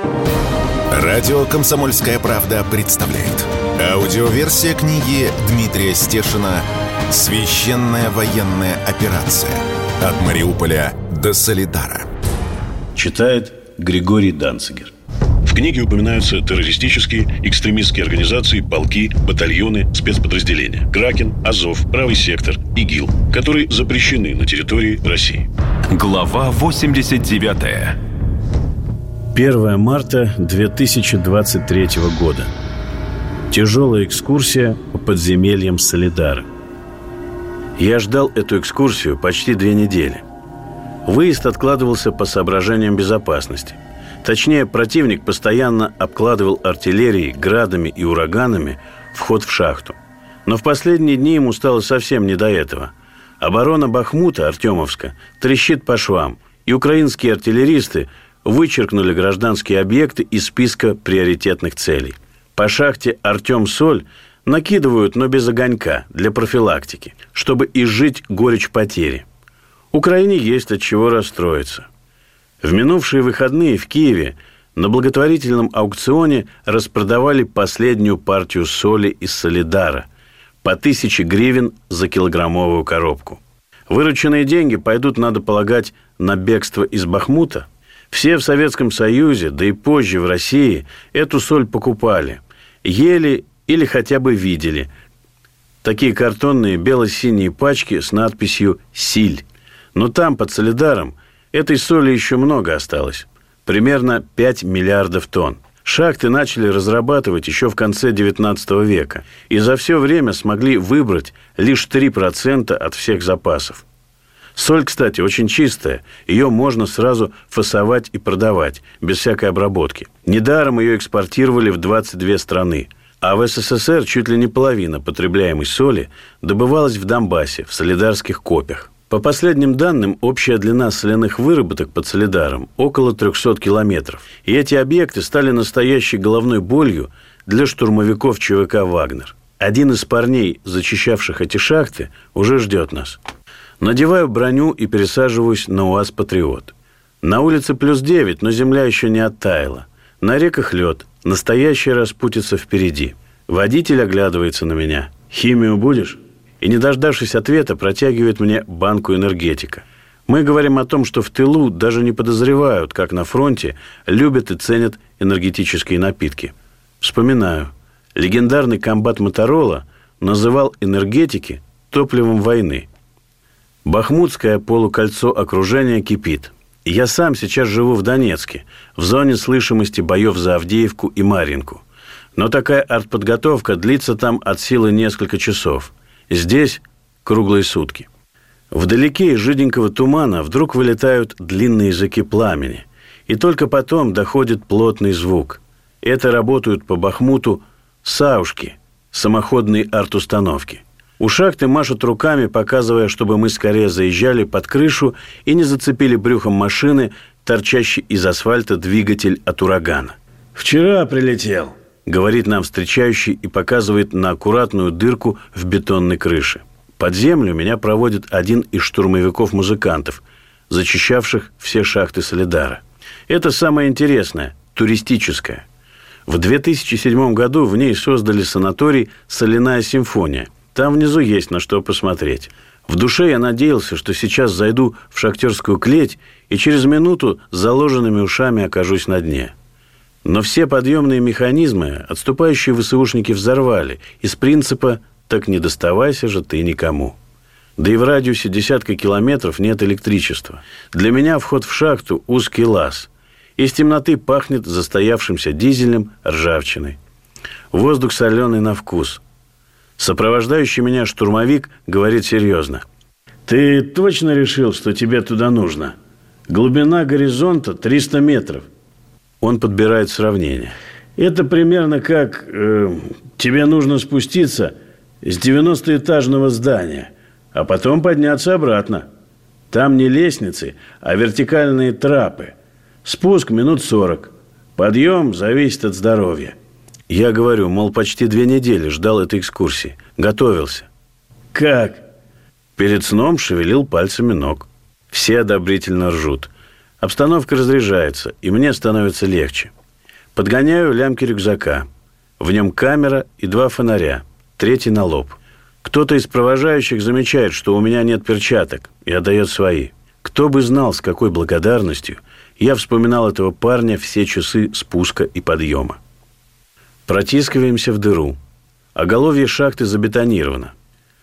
Радио «Комсомольская правда» представляет. Аудиоверсия книги Дмитрия Стешина «Священная военная операция. От Мариуполя до Солидара». Читает Григорий Данцигер. В книге упоминаются террористические, экстремистские организации, полки, батальоны, спецподразделения «Кракен», «Азов», «Правый сектор», «ИГИЛ», которые запрещены на территории России. Глава 89. 1 марта 2023 года. Тяжелая экскурсия по подземельям Солидара. Я ждал эту экскурсию почти 2 недели. Выезд откладывался по соображениям безопасности. Точнее, противник постоянно обкладывал артиллерией, градами и ураганами вход в шахту. Но в последние дни ему стало совсем не до этого. Оборона Бахмута, Артемовска, трещит по швам, и украинские артиллеристы вычеркнули гражданские объекты из списка приоритетных целей. По шахте Артем-Соль накидывают, но без огонька, для профилактики, чтобы изжить горечь потери. Украине есть от чего расстроиться. В минувшие выходные в Киеве на благотворительном аукционе распродавали последнюю партию соли из Солидара по 1000 гривен за килограммовую коробку. Вырученные деньги пойдут, надо полагать, на бегство из Бахмута. Все в Советском Союзе, да и позже в России, эту соль покупали, ели или хотя бы видели. Такие картонные бело-синие пачки с надписью «Силь». Но там, под Солидаром, этой соли еще много осталось. Примерно 5 миллиардов тонн. Шахты начали разрабатывать еще в конце XIX века. И за все время смогли выбрать лишь 3% от всех запасов. Соль, кстати, очень чистая. Ее можно сразу фасовать и продавать, без всякой обработки. Недаром ее экспортировали в 22 страны. А в СССР чуть ли не половина потребляемой соли добывалась в Донбассе, в солидарских копях. По последним данным, общая длина соляных выработок под Солидаром около 300 километров. И эти объекты стали настоящей головной болью для штурмовиков ЧВК «Вагнер». Один из парней, зачищавших эти шахты, уже ждет нас. Надеваю броню и пересаживаюсь на УАЗ-Патриот. На улице +9, но земля еще не оттаяла. На реках лед, настоящая распутица впереди. Водитель оглядывается на меня. «Химию будешь?» И, не дождавшись ответа, протягивает мне банку энергетика. Мы говорим о том, что в тылу даже не подозревают, как на фронте любят и ценят энергетические напитки. Вспоминаю. Легендарный комбат Моторола называл энергетики топливом войны. Бахмутское полукольцо окружения кипит. Я сам сейчас живу в Донецке, в зоне слышимости боев за Авдеевку и Марьинку. Но такая артподготовка длится там от силы несколько часов. Здесь круглые сутки. Вдалеке из жиденького тумана вдруг вылетают длинные языки пламени. И только потом доходит плотный звук. Это работают по Бахмуту саушки, самоходные арт-установки. У шахты машут руками, показывая, чтобы мы скорее заезжали под крышу и не зацепили брюхом машины, торчащий из асфальта двигатель от урагана. «Вчера прилетел», — говорит нам встречающий и показывает на аккуратную дырку в бетонной крыше. Под землю меня проводит один из штурмовиков-музыкантов, зачищавших все шахты Солидара. Это самое интересное, туристическое. В 2007 году в ней создали санаторий «Соляная симфония». Там внизу есть на что посмотреть. В душе я надеялся, что сейчас зайду в шахтерскую клеть и через минуту с заложенными ушами окажусь на дне. Но все подъемные механизмы отступающие ВСУшники взорвали из принципа «так не доставайся же ты никому». Да и в радиусе десятка километров нет электричества. Для меня вход в шахту – узкий лаз. Из темноты пахнет застоявшимся дизелем, ржавчиной. Воздух соленый на вкус. Сопровождающий меня штурмовик говорит серьезно. «Ты точно решил, что тебе туда нужно? Глубина горизонта 300 метров». Он подбирает сравнение. «Это примерно как тебе нужно спуститься с 90-этажного здания, а потом подняться обратно. Там не лестницы, а вертикальные трапы. Спуск минут 40. Подъем зависит от здоровья». Я говорю, мол, почти 2 недели ждал этой экскурсии. Готовился. «Как?» Перед сном шевелил пальцами ног. Все одобрительно ржут. Обстановка разряжается, и мне становится легче. Подгоняю лямки рюкзака. В нем камера и 2 фонаря, 3-й на лоб. Кто-то из провожающих замечает, что у меня нет перчаток, и отдает свои. Кто бы знал, с какой благодарностью я вспоминал этого парня все часы спуска и подъема. Протискиваемся в дыру. Оголовье шахты забетонировано.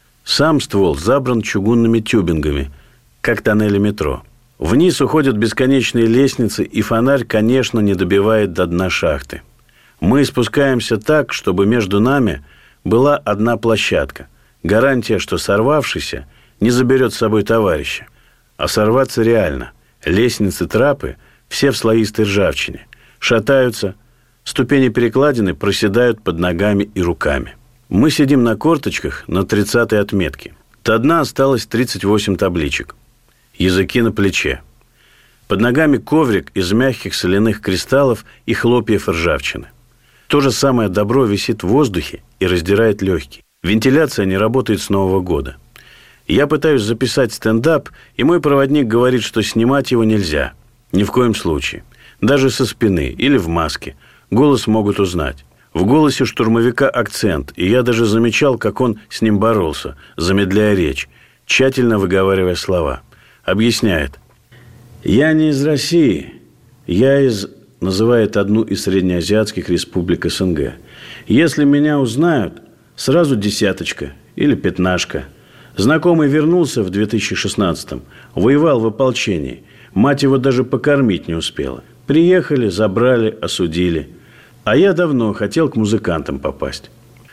Сам ствол забран чугунными тюбингами, как тоннели метро. Вниз уходят бесконечные лестницы, и фонарь, конечно, не добивает до дна шахты. Мы спускаемся так, чтобы между нами была одна площадка. Гарантия, что сорвавшийся не заберет с собой товарища. А сорваться реально. Лестницы, трапы все в слоистой ржавчине. Шатаются, ступени перекладины проседают под ногами и руками. Мы сидим на корточках на 30-й отметке. До дна осталось 38 табличек. Языки на плече. Под ногами коврик из мягких соляных кристаллов и хлопьев ржавчины. То же самое добро висит в воздухе и раздирает легкие. Вентиляция не работает с Нового года. Я пытаюсь записать стендап, и мой проводник говорит, что снимать его нельзя. Ни в коем случае. Даже со спины или в маске. Голос могут узнать. В голосе штурмовика акцент, и я даже замечал, как он с ним боролся, замедляя речь, тщательно выговаривая слова. Объясняет. «Я не из России. Я из...» называет одну из среднеазиатских республик СНГ. «Если меня узнают, сразу 10 или 15. Знакомый вернулся в 2016-м, воевал в ополчении. Мать его даже покормить не успела. Приехали, забрали, осудили. А я давно хотел к музыкантам попасть.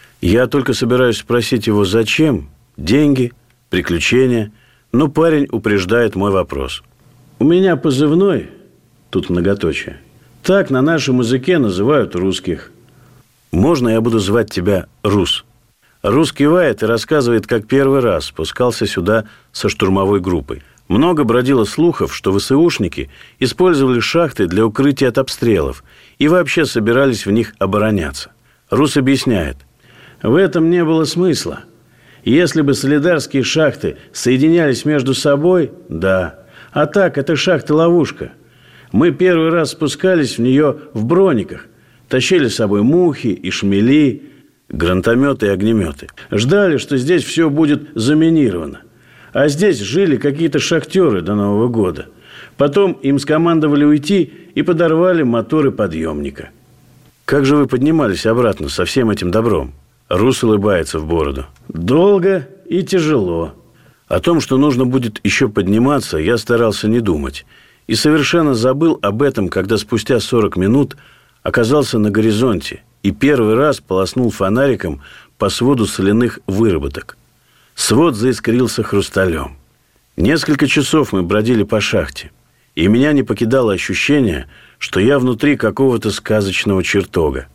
Я только собираюсь спросить его, зачем? Деньги? Приключения?» Но парень упреждает мой вопрос. «У меня позывной, тут многоточие, так на нашем языке называют русских. Можно я буду звать тебя Рус?» Рус кивает и рассказывает, как первый раз спускался сюда со штурмовой группой. Много бродило слухов, что ВСУшники использовали шахты для укрытия от обстрелов и вообще собирались в них обороняться. Рус объясняет. В этом не было смысла. Если бы солидарские шахты соединялись между собой, да. А так, это шахта-ловушка. Мы первый раз спускались в нее в брониках. Тащили с собой мухи и шмели, гранатометы и огнеметы. Ждали, что здесь все будет заминировано. А здесь жили какие-то шахтеры до Нового года. Потом им скомандовали уйти и подорвали моторы подъемника. «Как же вы поднимались обратно со всем этим добром?» Рус улыбается в бороду. «Долго и тяжело». О том, что нужно будет еще подниматься, я старался не думать. И совершенно забыл об этом, когда спустя 40 минут оказался на горизонте и первый раз полоснул фонариком по своду соляных выработок. Свод заискрился хрусталем. Несколько часов мы бродили по шахте, и меня не покидало ощущение, что я внутри какого-то сказочного чертога.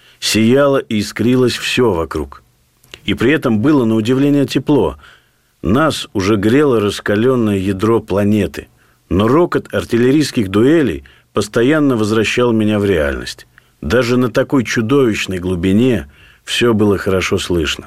Сияло и искрилось все вокруг. И при этом было на удивление тепло. Нас уже грело раскаленное ядро планеты. Но рокот артиллерийских дуэлей постоянно возвращал меня в реальность. Даже на такой чудовищной глубине все было хорошо слышно.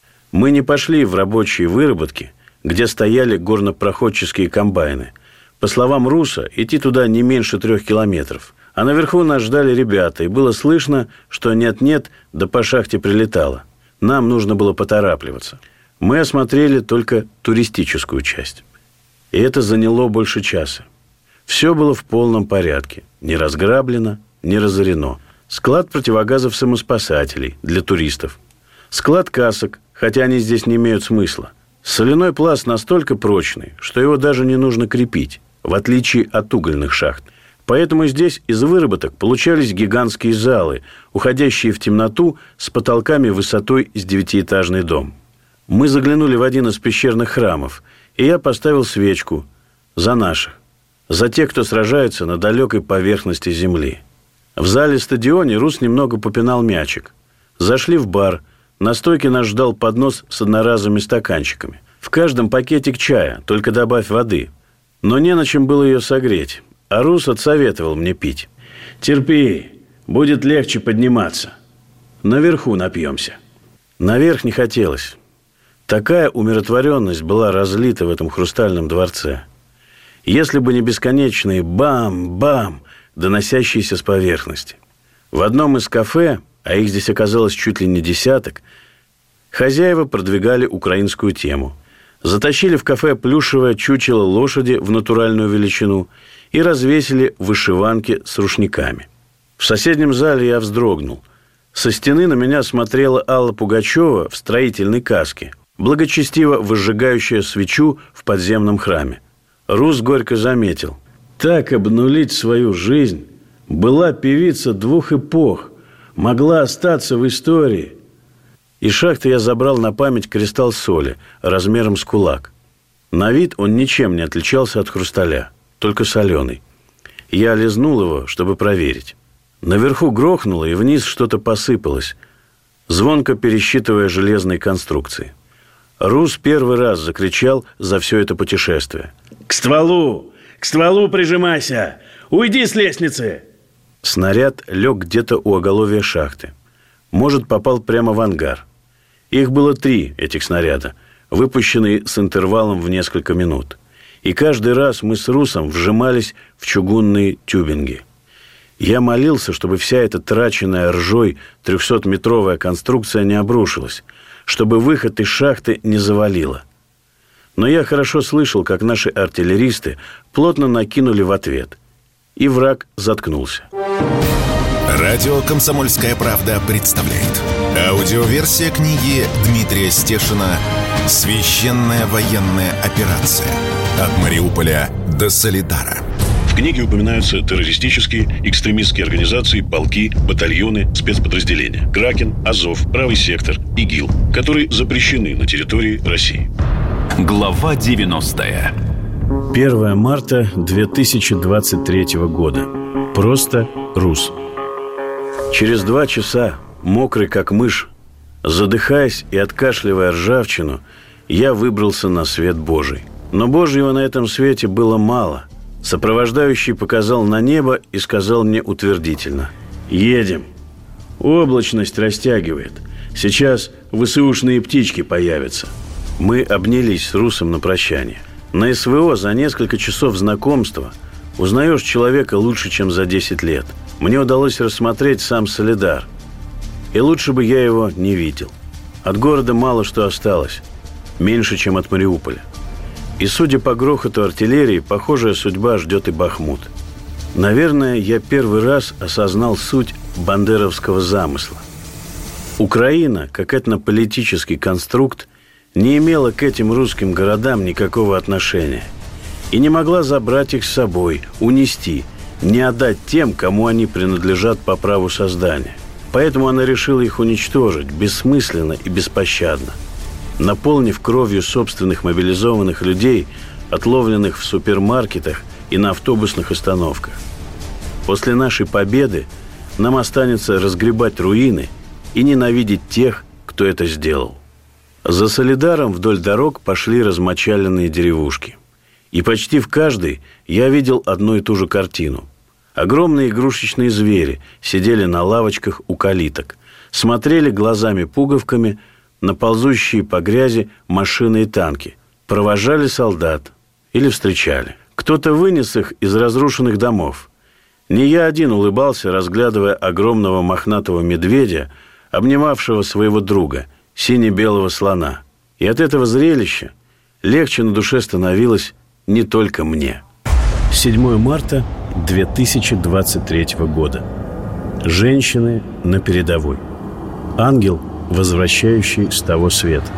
Мы не пошли в рабочие выработки, где стояли горнопроходческие комбайны. По словам Руса, идти туда не меньше 3 километров. А наверху нас ждали ребята, и было слышно, что нет-нет, да по шахте прилетало. Нам нужно было поторапливаться. Мы осмотрели только туристическую часть. И это заняло больше часа. Все было в полном порядке. Не разграблено, не разорено. Склад противогазов-самоспасателей для туристов. Склад касок, хотя они здесь не имеют смысла. Соляной пласт настолько прочный, что его даже не нужно крепить, в отличие от угольных шахт. Поэтому здесь из выработок получались гигантские залы, уходящие в темноту с потолками высотой с 9-этажный дом. Мы заглянули в один из пещерных храмов, и я поставил свечку за наших, за тех, кто сражается на далекой поверхности земли. В зале-стадионе Рус немного попинал мячик. Зашли в бар. На стойке нас ждал поднос с одноразовыми стаканчиками. В каждом пакетик чая, только добавь воды. Но не на чем было ее согреть. А Рус отсоветовал мне пить. «Терпи, будет легче подниматься. Наверху напьемся». Наверх не хотелось. Такая умиротворенность была разлита в этом хрустальном дворце. Если бы не бесконечные бам-бам, доносящиеся с поверхности. В одном из кафе, а их здесь оказалось чуть ли не десяток, хозяева продвигали украинскую тему. Затащили в кафе плюшевое чучело лошади в натуральную величину и развесили вышиванки с рушниками. В соседнем зале я вздрогнул. Со стены на меня смотрела Алла Пугачева в строительной каске, благочестиво возжигающая свечу в подземном храме. Рус горько заметил: так обнулить свою жизнь была певица двух эпох, могла остаться в истории. Из шахты я забрал на память кристалл соли размером с кулак. На вид он ничем не отличался от хрусталя, только соленый. Я лизнул его, чтобы проверить. Наверху грохнуло, и вниз что-то посыпалось, звонко пересчитывая железные конструкции. Рус первый раз закричал за все это путешествие: к стволу прижимайся! Уйди с лестницы!» Снаряд лег где-то у оголовья шахты. Может, попал прямо в ангар. Их было 3, этих снаряда, выпущенные с интервалом в несколько минут. И каждый раз мы с Русом вжимались в чугунные тюбинги. Я молился, чтобы вся эта траченная ржой 300-метровая конструкция не обрушилась, чтобы выход из шахты не завалило. Но я хорошо слышал, как наши артиллеристы плотно накинули в ответ. И враг заткнулся. Радио «Комсомольская правда» представляет. Аудиоверсия книги Дмитрия Стешина «Священная военная операция. От Мариуполя до Солидара». В книге упоминаются террористические, экстремистские организации, полки, батальоны, спецподразделения. Кракен, Азов, Правый сектор, ИГИЛ, которые запрещены на территории России. Глава 90. 1 марта 2023 года. Просто Рус. Через 2 часа, мокрый как мышь, задыхаясь и откашливая ржавчину, я выбрался на свет Божий. Но Божьего на этом свете было мало. Сопровождающий показал на небо и сказал мне утвердительно: «Едем. Облачность растягивает. Сейчас ВСУшные птички появятся». Мы обнялись с Русом на прощание. На СВО за несколько часов знакомства узнаешь человека лучше, чем за 10 лет. Мне удалось рассмотреть сам Солидар. И лучше бы я его не видел. От города мало что осталось. Меньше, чем от Мариуполя. И, судя по грохоту артиллерии, похожая судьба ждет и Бахмут. Наверное, я первый раз осознал суть бандеровского замысла. Украина, как этнополитический конструкт, не имела к этим русским городам никакого отношения и не могла забрать их с собой, унести, не отдать тем, кому они принадлежат по праву создания. Поэтому она решила их уничтожить бессмысленно и беспощадно, наполнив кровью собственных мобилизованных людей, отловленных в супермаркетах и на автобусных остановках. После нашей победы нам останется разгребать руины и ненавидеть тех, кто это сделал. За Солидаром вдоль дорог пошли размочаленные деревушки. И почти в каждой я видел одну и ту же картину. Огромные игрушечные звери сидели на лавочках у калиток, смотрели глазами-пуговками на ползущие по грязи машины и танки, провожали солдат или встречали. Кто-то вынес их из разрушенных домов. Не я один улыбался, разглядывая огромного мохнатого медведя, обнимавшего своего друга, сине-белого слона. И от этого зрелища легче на душе становилось не только мне. 7 марта 2023 года. Женщины на передовой. Ангел, возвращающий с того света.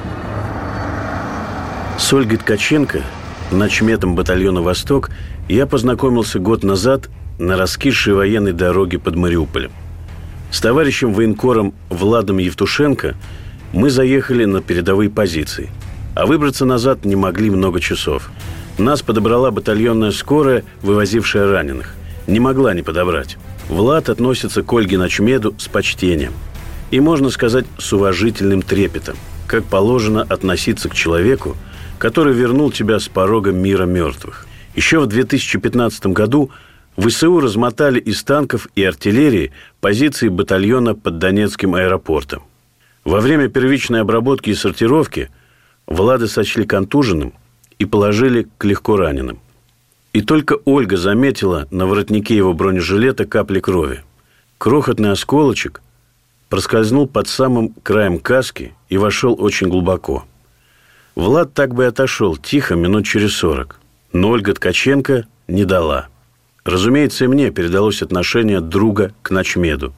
С Ольгой Ткаченко, начметом батальона «Восток», я познакомился год назад на раскисшей военной дороге под Мариуполем. С товарищем военкором Владом Евтушенко мы заехали на передовые позиции, а выбраться назад не могли много часов. Нас подобрала батальонная скорая, вывозившая раненых. Не могла не подобрать. Влад относится к Ольге начмеду с почтением и, можно сказать, с уважительным трепетом, как положено относиться к человеку, который вернул тебя с порога мира мертвых. Еще в 2015 году ВСУ размотали из танков и артиллерии позиции батальона под Донецким аэропортом. Во время первичной обработки и сортировки Влада сочли контуженным и положили к легко раненым. И только Ольга заметила на воротнике его бронежилета капли крови. Крохотный осколочек проскользнул под самым краем каски и вошел очень глубоко. Влад так бы и отошел тихо минут через 40, но Ольга Ткаченко не дала. Разумеется, и мне передалось отношение друга к начмеду.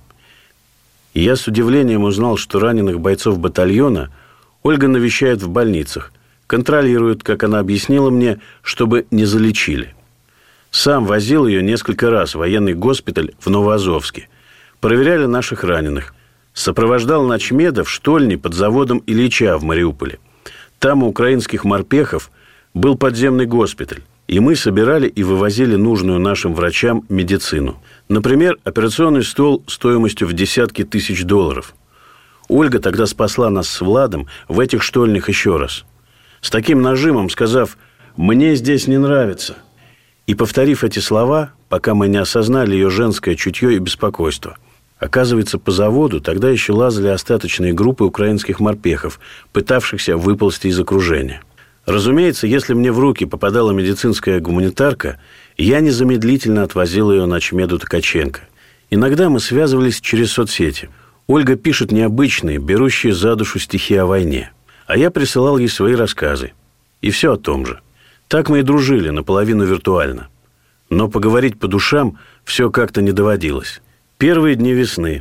И я с удивлением узнал, что раненых бойцов батальона Ольга навещает в больницах, контролирует, как она объяснила мне, чтобы не залечили. Сам возил ее несколько раз в военный госпиталь в Новоазовске. Проверяли наших раненых. Сопровождал начмеда в штольне под заводом Ильича в Мариуполе. Там у украинских морпехов был подземный госпиталь, и мы собирали и вывозили нужную нашим врачам медицину. Например, операционный стол стоимостью в десятки тысяч долларов. Ольга тогда спасла нас с Владом в этих штольнях еще раз. С таким нажимом сказав «мне здесь не нравится». И повторив эти слова, пока мы не осознали ее женское чутье и беспокойство. Оказывается, по заводу тогда еще лазали остаточные группы украинских морпехов, пытавшихся выползти из окружения. Разумеется, если мне в руки попадала медицинская гуманитарка, я незамедлительно отвозил ее начмеду Ткаченко. Иногда мы связывались через соцсети. Ольга пишет необычные, берущие за душу стихи о войне. А я присылал ей свои рассказы. И все о том же. Так мы и дружили, наполовину виртуально. Но поговорить по душам все как-то не доводилось. Первые дни весны.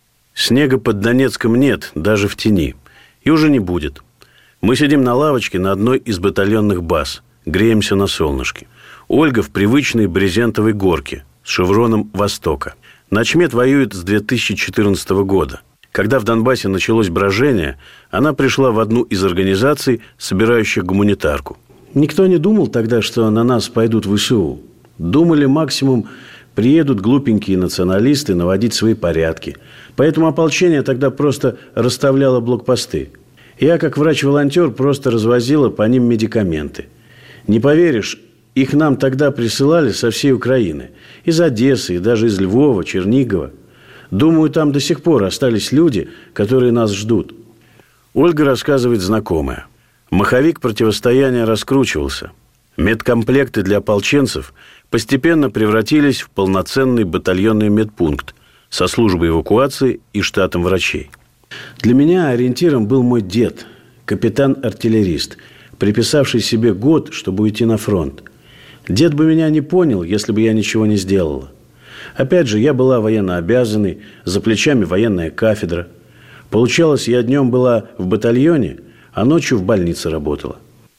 Снега под Донецком нет, даже в тени. И уже не будет. Мы сидим на лавочке на одной из батальонных баз, греемся на солнышке. Ольга в привычной брезентовой горке с шевроном «Востока». Начмед воюет с 2014 года. Когда в Донбассе началось брожение, она пришла в одну из организаций, собирающих гуманитарку. Никто не думал тогда, что на нас пойдут в ВСУ. Думали, максимум приедут глупенькие националисты наводить свои порядки. Поэтому ополчение тогда просто расставляло блокпосты. Я, как врач-волонтер, просто развозила по ним медикаменты. Не поверишь, их нам тогда присылали со всей Украины. Из Одессы, и даже из Львова, Чернигова. Думаю, там до сих пор остались люди, которые нас ждут. Ольга рассказывает знакомая. Маховик противостояния раскручивался. Медкомплекты для ополченцев постепенно превратились в полноценный батальонный медпункт со службой эвакуации и штатом врачей. Для меня ориентиром был мой дед, капитан-артиллерист, приписавший себе год, чтобы уйти на фронт. Дед бы меня не понял, если бы я ничего не сделала. Опять же, я была военнообязанной, за плечами военная кафедра. Получалось, я днем была в батальоне, а ночью в больнице работала.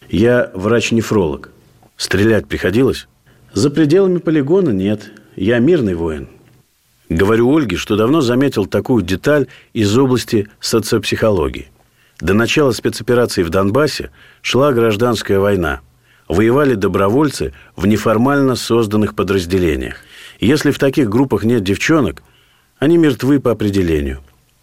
Я врач-нефролог. Стрелять приходилось? За пределами полигона нет. Я мирный воин. Говорю Ольге, что давно заметил такую деталь из области социопсихологии. До начала спецоперации в Донбассе шла гражданская война. Воевали добровольцы в неформально созданных подразделениях. Если в таких группах нет девчонок, они мертвы по определению.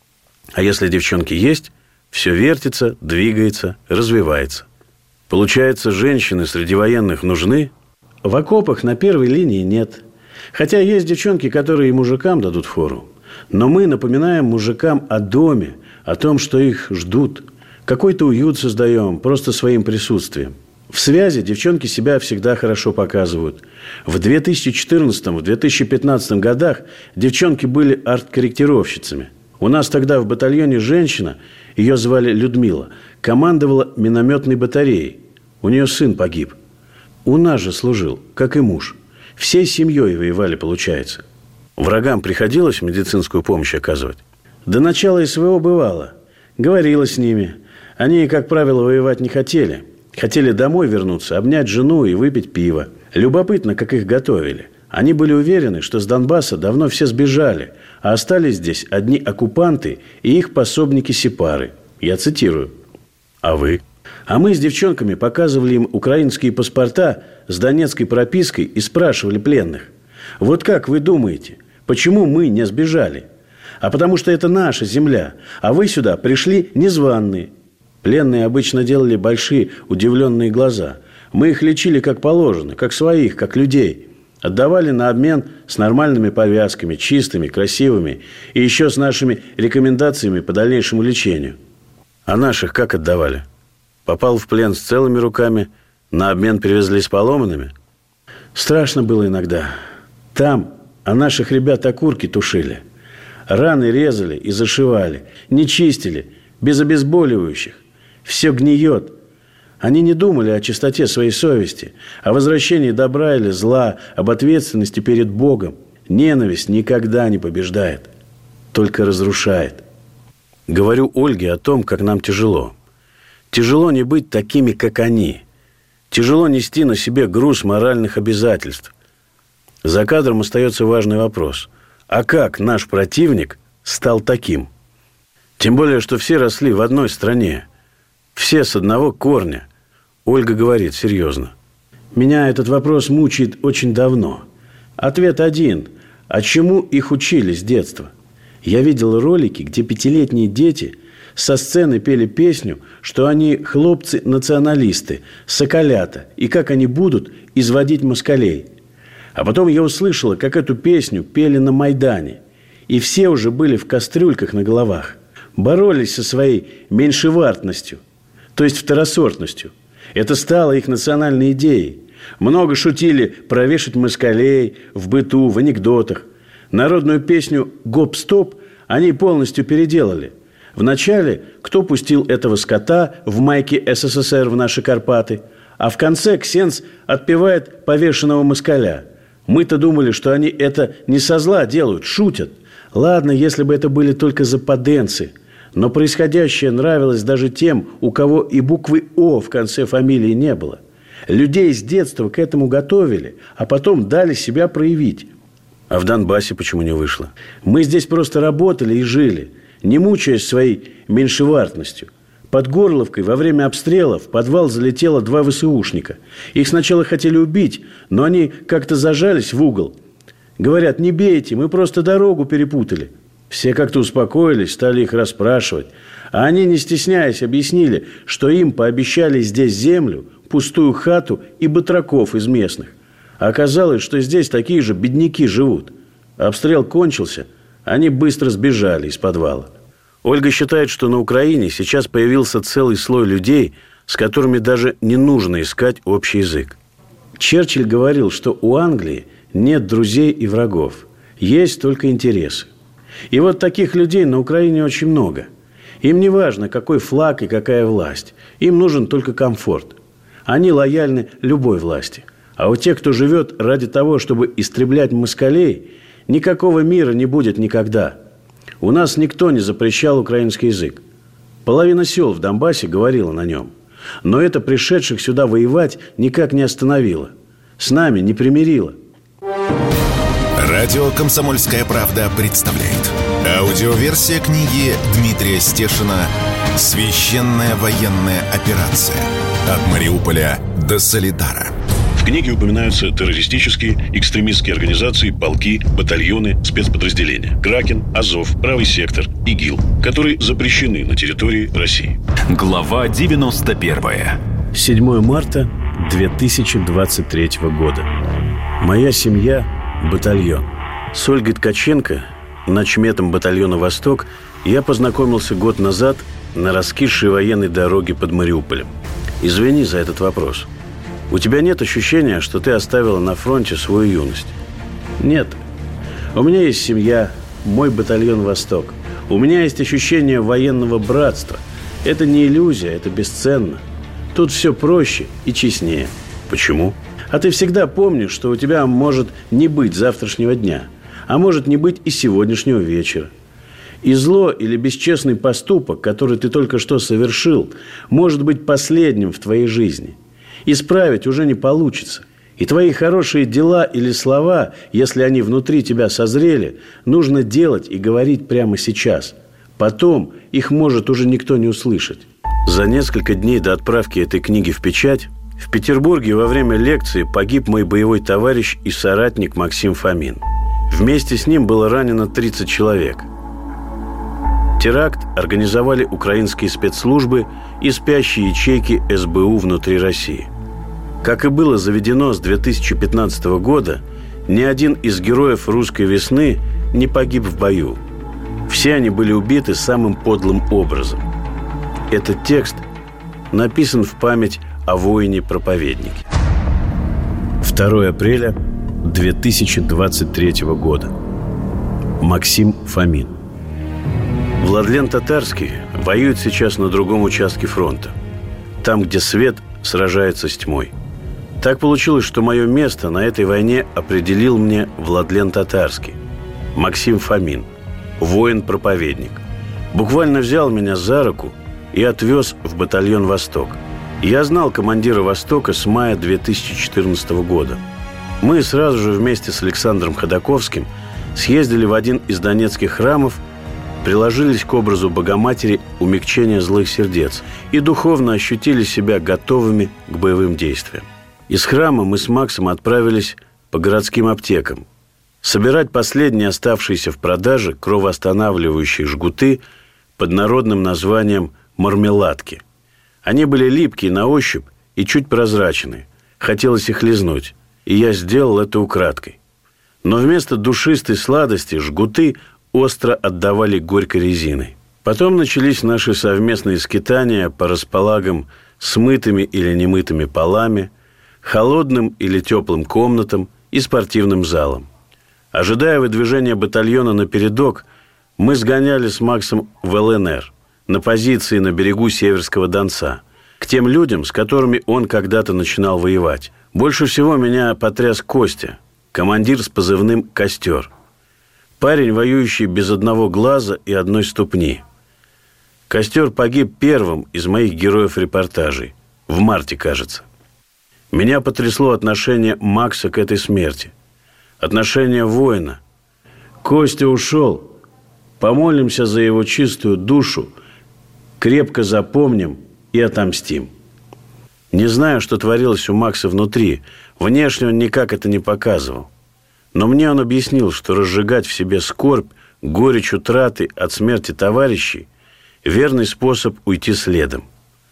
А если девчонки есть, все вертится, двигается, развивается. Получается, женщины среди военных нужны? В окопах на первой линии нет. Хотя есть девчонки, которые и мужикам дадут фору. Но мы напоминаем мужикам о доме, о том, что их ждут. Какой-то уют создаем просто своим присутствием. В связи девчонки себя всегда хорошо показывают. В 2014-2015 годах девчонки были арт-корректировщицами. У нас тогда в батальоне женщина, ее звали Людмила, командовала минометной батареей. У нее сын погиб. У нас же служил, как и муж. Всей семьей воевали, получается. Врагам приходилось медицинскую помощь оказывать? До начала СВО бывало. Говорила с ними. Они, как правило, воевать не хотели. Хотели домой вернуться, обнять жену и выпить пиво. Любопытно, как их готовили. Они были уверены, что с Донбасса давно все сбежали, а остались здесь одни оккупанты и их пособники-сепары. Я цитирую. А вы? А мы с девчонками показывали им украинские паспорта с донецкой пропиской и спрашивали пленных. Вот как вы думаете, почему мы не сбежали? А потому что это наша земля, а вы сюда пришли незваные. Пленные обычно делали большие удивленные глаза. Мы их лечили как положено, как своих, как людей. Отдавали на обмен с нормальными повязками, чистыми, красивыми и еще с нашими рекомендациями по дальнейшему лечению. А наших как отдавали? Попал в плен с целыми руками, на обмен привезли с поломанными? Страшно было иногда. Там, а наших ребят окурки тушили. Раны резали и зашивали, не чистили, без обезболивающих. Все гниет. Они не думали о чистоте своей совести, о возвращении добра или зла, об ответственности перед Богом. Ненависть никогда не побеждает, только разрушает. Говорю Ольге о том, как нам тяжело. Тяжело не быть такими, как они. Тяжело нести на себе груз моральных обязательств. За кадром остается важный вопрос. А как наш противник стал таким? Тем более, что все росли в одной стране. Все с одного корня. Ольга говорит серьезно. Меня этот вопрос мучает очень давно. Ответ один. А чему их учили с детства? Я видел ролики, где 5-летние дети со сцены пели песню, что они хлопцы-националисты, соколята, и как они будут изводить москалей. А потом я услышала, как эту песню пели на Майдане. И все уже были в кастрюльках на головах. Боролись со своей меньшевартностью, то есть второсортностью. Это стало их национальной идеей. Много шутили про вешать москалей в быту, в анекдотах. Народную песню «Гоп-стоп» они полностью переделали. Вначале кто пустил этого скота в майке СССР в наши Карпаты, а в конце ксендз отпевает повешенного москаля. Мы-то думали, что они это не со зла делают, шутят. Ладно, если бы это были только западенцы. Но происходящее нравилось даже тем, у кого и буквы «О» в конце фамилии не было. Людей с детства к этому готовили, а потом дали себя проявить. А в Донбассе почему не вышло? Мы здесь просто работали и жили, не мучаясь своей меньшевартностью. Под Горловкой во время обстрела в подвал залетело 2 ВСУшника. Их сначала хотели убить, но они как-то зажались в угол. Говорят, не бейте, мы просто дорогу перепутали. Все как-то успокоились, стали их расспрашивать. А они, не стесняясь, объяснили, что им пообещали здесь землю, пустую хату и батраков из местных. А оказалось, что здесь такие же бедняки живут. Обстрел кончился, они быстро сбежали из подвала. Ольга считает, что на Украине сейчас появился целый слой людей, с которыми даже не нужно искать общий язык. Черчилль говорил, что у Англии нет друзей и врагов, есть только интересы. И вот таких людей на Украине очень много. Им не важно, какой флаг и какая власть. Им нужен только комфорт. Они лояльны любой власти. А у тех, кто живет ради того, чтобы истреблять москалей, никакого мира не будет никогда. У нас никто не запрещал украинский язык. Половина сел в Донбассе говорила на нем. Но это пришедших сюда воевать никак не остановило. С нами не примирило. Радио «Комсомольская правда» представляет. Аудиоверсия книги Дмитрия Стешина «Священная военная операция. От Мариуполя до Солидара». В книге упоминаются террористические, экстремистские организации, полки, батальоны, спецподразделения. Кракен, Азов, Правый сектор, ИГИЛ, которые запрещены на территории России. Глава 91. 7 марта 2023 года. Моя семья – батальон. С Ольгой Ткаченко, начметом батальона «Восток», я познакомился год назад на раскисшей военной дороге под Мариуполем. Извини за этот вопрос. У тебя нет ощущения, что ты оставила на фронте свою юность? Нет. У меня есть семья, мой батальон «Восток». У меня есть ощущение военного братства. Это не иллюзия, это бесценно. Тут все проще и честнее. Почему? А ты всегда помнишь, что у тебя может не быть завтрашнего дня, а может не быть и сегодняшнего вечера. И зло или бесчестный поступок, который ты только что совершил, может быть последним в твоей жизни. Исправить уже не получится. И твои хорошие дела или слова, если они внутри тебя созрели, нужно делать и говорить прямо сейчас. Потом их может уже никто не услышать. За несколько дней до отправки этой книги в печать в Петербурге во время лекции погиб мой боевой товарищ и соратник Максим Фомин. Вместе с ним было ранено 30 человек. Теракт организовали украинские спецслужбы и спящие ячейки СБУ внутри России. Как и было заведено с 2015 года, ни один из героев «Русской весны» не погиб в бою. Все они были убиты самым подлым образом. Этот текст написан в память о воине-проповеднике. 2 апреля 2023 года. Максим Фомин. Владлен Татарский воюет сейчас на другом участке фронта. Там, где свет сражается с тьмой. Так получилось, что мое место на этой войне определил мне Владлен Татарский, Максим Фомин, воин-проповедник. Буквально взял меня за руку и отвез в батальон «Восток». Я знал командира «Востока» с мая 2014 года. Мы сразу же вместе с Александром Ходаковским съездили в один из донецких храмов, приложились к образу Богоматери умягчения злых сердец и духовно ощутили себя готовыми к боевым действиям. Из храма мы с Максом отправились по городским аптекам собирать последние оставшиеся в продаже кровоостанавливающие жгуты под народным названием «мармеладки». Они были липкие на ощупь и чуть прозрачные. Хотелось их лизнуть, и я сделал это украдкой. Но вместо душистой сладости жгуты остро отдавали горькой резиной. Потом начались наши совместные скитания по располагам с мытыми или немытыми полами, холодным или теплым комнатам и спортивным залам. Ожидая выдвижения батальона на передок, мы сгоняли с Максом в ЛНР, на позиции на берегу Северского Донца, к тем людям, с которыми он когда-то начинал воевать. Больше всего меня потряс Костя, командир с позывным «Костер». Парень, воюющий без одного глаза и одной ступни. Костер погиб первым из моих героев-репортажей. В марте, кажется. Меня потрясло отношение Макса к этой смерти. Отношение воина. Костя ушел. Помолимся за его чистую душу, крепко запомним и отомстим. Не знаю, что творилось у Макса внутри. Внешне он никак это не показывал. Но мне он объяснил, что разжигать в себе скорбь, горечь утраты от смерти товарищей – верный способ уйти следом.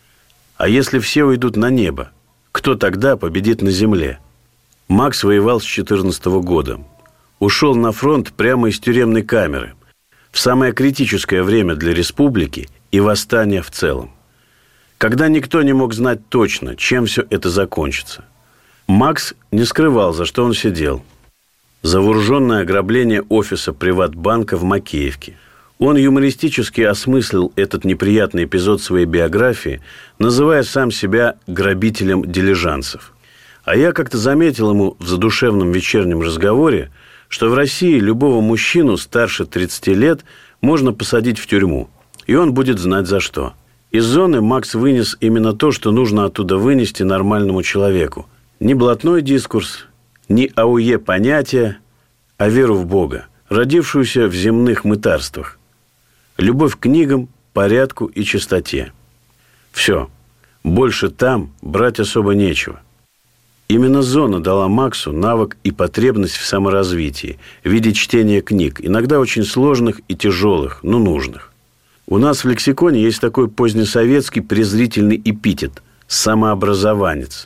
А если все уйдут на небо, кто тогда победит на земле? Макс воевал с 2014 года. Ушел на фронт прямо из тюремной камеры в самое критическое время для республики и восстания в целом, когда никто не мог знать точно, чем все это закончится. Макс не скрывал, за что он сидел. За вооруженное ограбление офиса Приватбанка в Макеевке. Он юмористически осмыслил этот неприятный эпизод своей биографии, называя сам себя грабителем дилижансов. А я как-то заметил ему в задушевном вечернем разговоре, что в России любого мужчину старше 30 лет можно посадить в тюрьму, и он будет знать за что. Из зоны Макс вынес именно то, что нужно оттуда вынести нормальному человеку. Не блатной дискурс, не АУЕ понятия, а веру в Бога, родившуюся в земных мытарствах. Любовь к книгам, порядку и чистоте. Все. Больше там брать особо нечего. Именно зона дала Максу навык и потребность в саморазвитии в виде чтения книг, иногда очень сложных и тяжелых, но нужных. У нас в лексиконе есть такой позднесоветский презрительный эпитет – самообразованец.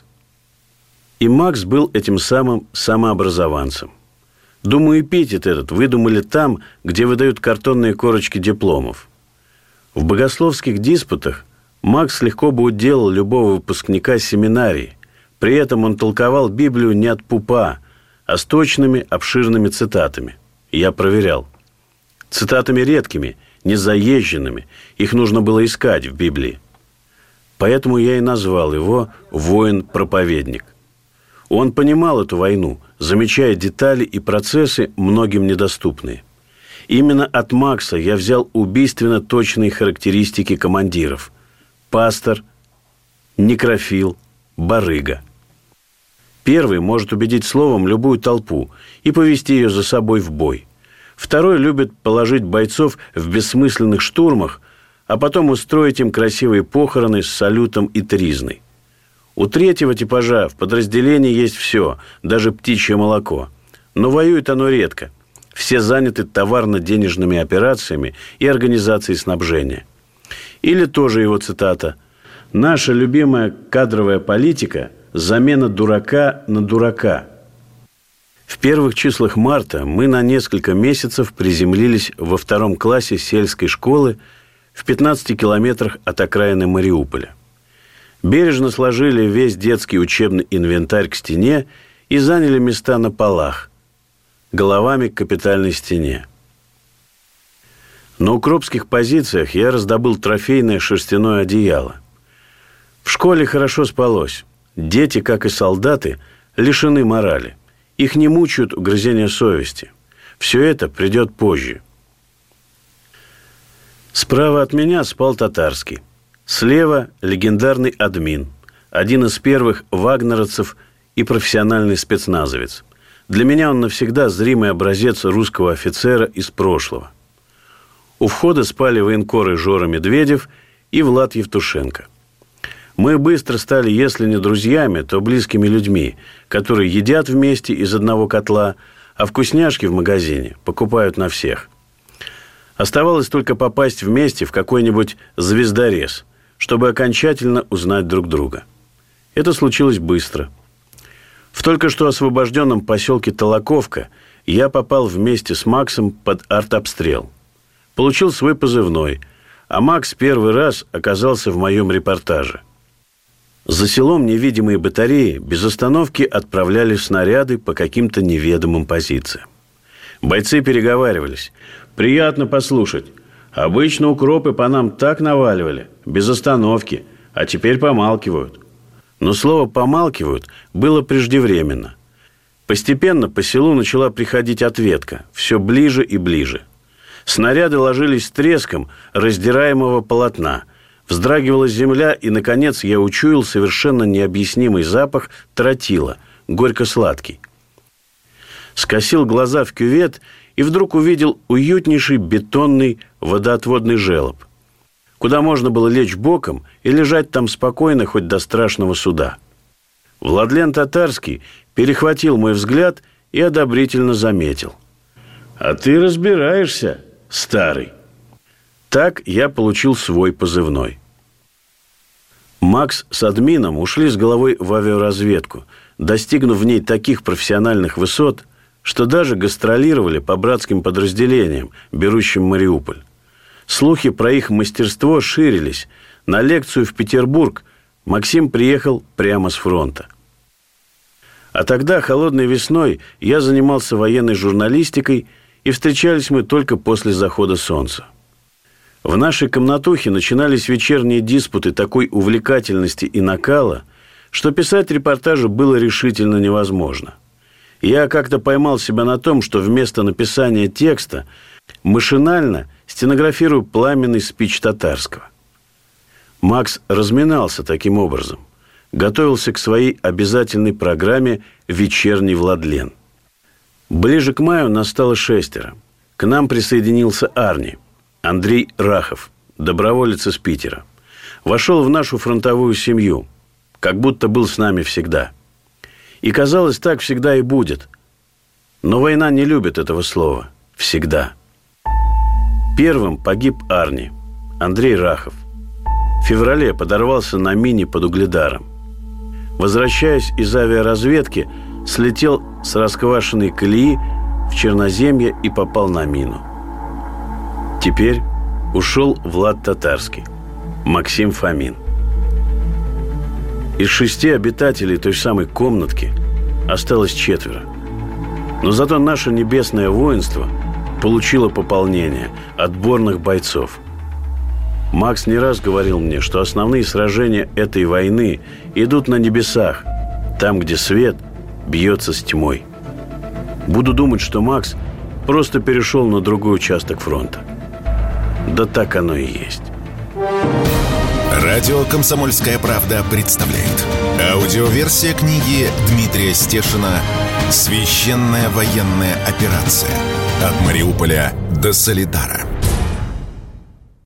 И Макс был этим самым самообразованцем. Думаю, эпитет этот выдумали там, где выдают картонные корочки дипломов. В богословских диспутах Макс легко бы уделал любого выпускника семинарии. При этом он толковал Библию не от пупа, а с точными, обширными цитатами. Я проверял. Цитатами редкими, незаезженными. Их нужно было искать в Библии. Поэтому я и назвал его «воин-проповедник». Он понимал эту войну, замечая детали и процессы, многим недоступные. Именно от Макса я взял убийственно точные характеристики командиров. Пастор, некрофил, барыга. Первый может убедить словом любую толпу и повести ее за собой в бой. Второй любит положить бойцов в бессмысленных штурмах, а потом устроить им красивые похороны с салютом и тризной. У третьего типажа в подразделении есть все, даже птичье молоко. Но воюет оно редко. Все заняты товарно-денежными операциями и организацией снабжения. Или тоже его цитата: «Наша любимая кадровая политика – замена дурака на дурака». В первых числах марта мы на несколько месяцев приземлились во 2 классе сельской школы в 15 километрах от окраины Мариуполя. Бережно сложили весь детский учебный инвентарь к стене и заняли места на полах, головами к капитальной стене. На укропских позициях я раздобыл трофейное шерстяное одеяло. В школе хорошо спалось. Дети, как и солдаты, лишены морали. Их не мучают угрызения совести. Все это придет позже. Справа от меня спал Татарский. Слева легендарный админ, один из первых вагнеровцев и профессиональный спецназовец. Для меня он навсегда зримый образец русского офицера из прошлого. У входа спали военкоры Жора Медведев и Влад Евтушенко. Мы быстро стали, если не друзьями, то близкими людьми, которые едят вместе из одного котла, а вкусняшки в магазине покупают на всех. Оставалось только попасть вместе в какой-нибудь звездорез, чтобы окончательно узнать друг друга. Это случилось быстро. В только что освобожденном поселке Толоковка я попал вместе с Максом под артобстрел. Получил свой позывной, а Макс первый раз оказался в моем репортаже. За селом невидимые батареи без остановки отправляли снаряды по каким-то неведомым позициям. Бойцы переговаривались. «Приятно послушать. Обычно укропы по нам так наваливали, без остановки, а теперь помалкивают». Но слово «помалкивают» было преждевременно. Постепенно по селу начала приходить ответка, все ближе и ближе. Снаряды ложились с треском раздираемого полотна. Вздрагивала земля, и, наконец, я учуял совершенно необъяснимый запах тротила, горько-сладкий. Скосил глаза в кювет и вдруг увидел уютнейший бетонный водоотводный желоб, куда можно было лечь боком и лежать там спокойно хоть до страшного суда. Владлен Татарский перехватил мой взгляд и одобрительно заметил: «А ты разбираешься, старый». Так я получил свой позывной. Макс с админом ушли с головой в авиаразведку, достигнув в ней таких профессиональных высот, что даже гастролировали по братским подразделениям, берущим Мариуполь. Слухи про их мастерство ширились. На лекцию в Петербург Максим приехал прямо с фронта. А тогда, холодной весной, я занимался военной журналистикой, и встречались мы только после захода солнца. В нашей комнатухе начинались вечерние диспуты такой увлекательности и накала, что писать репортажи было решительно невозможно. Я как-то поймал себя на том, что вместо написания текста машинально стенографирую пламенный спич Татарского. Макс разминался таким образом, готовился к своей обязательной программе «Вечерний Владлен». Ближе к маю нас стало 6. К нам присоединился Арни, Андрей Рахов, доброволец из Питера. Вошел в нашу фронтовую семью, как будто был с нами всегда. И казалось, так всегда и будет. Но война не любит этого слова «всегда». Первым погиб Арни, Андрей Рахов. В феврале подорвался на мине под Угледаром. Возвращаясь из авиаразведки, слетел с расквашенной колеи в Черноземье и попал на мину. Теперь ушел Влад Татарский, Максим Фомин. Из 6 обитателей той самой комнатки осталось 4. Но зато наше небесное воинство получило пополнение отборных бойцов. Макс не раз говорил мне, что основные сражения этой войны идут на небесах, там, где свет бьется с тьмой. Буду думать, что Макс просто перешел на другой участок фронта. Да так оно и есть. Радио «Комсомольская правда» представляет аудиоверсия книги Дмитрия Стешина «Священная военная операция. От Мариуполя до Солидара».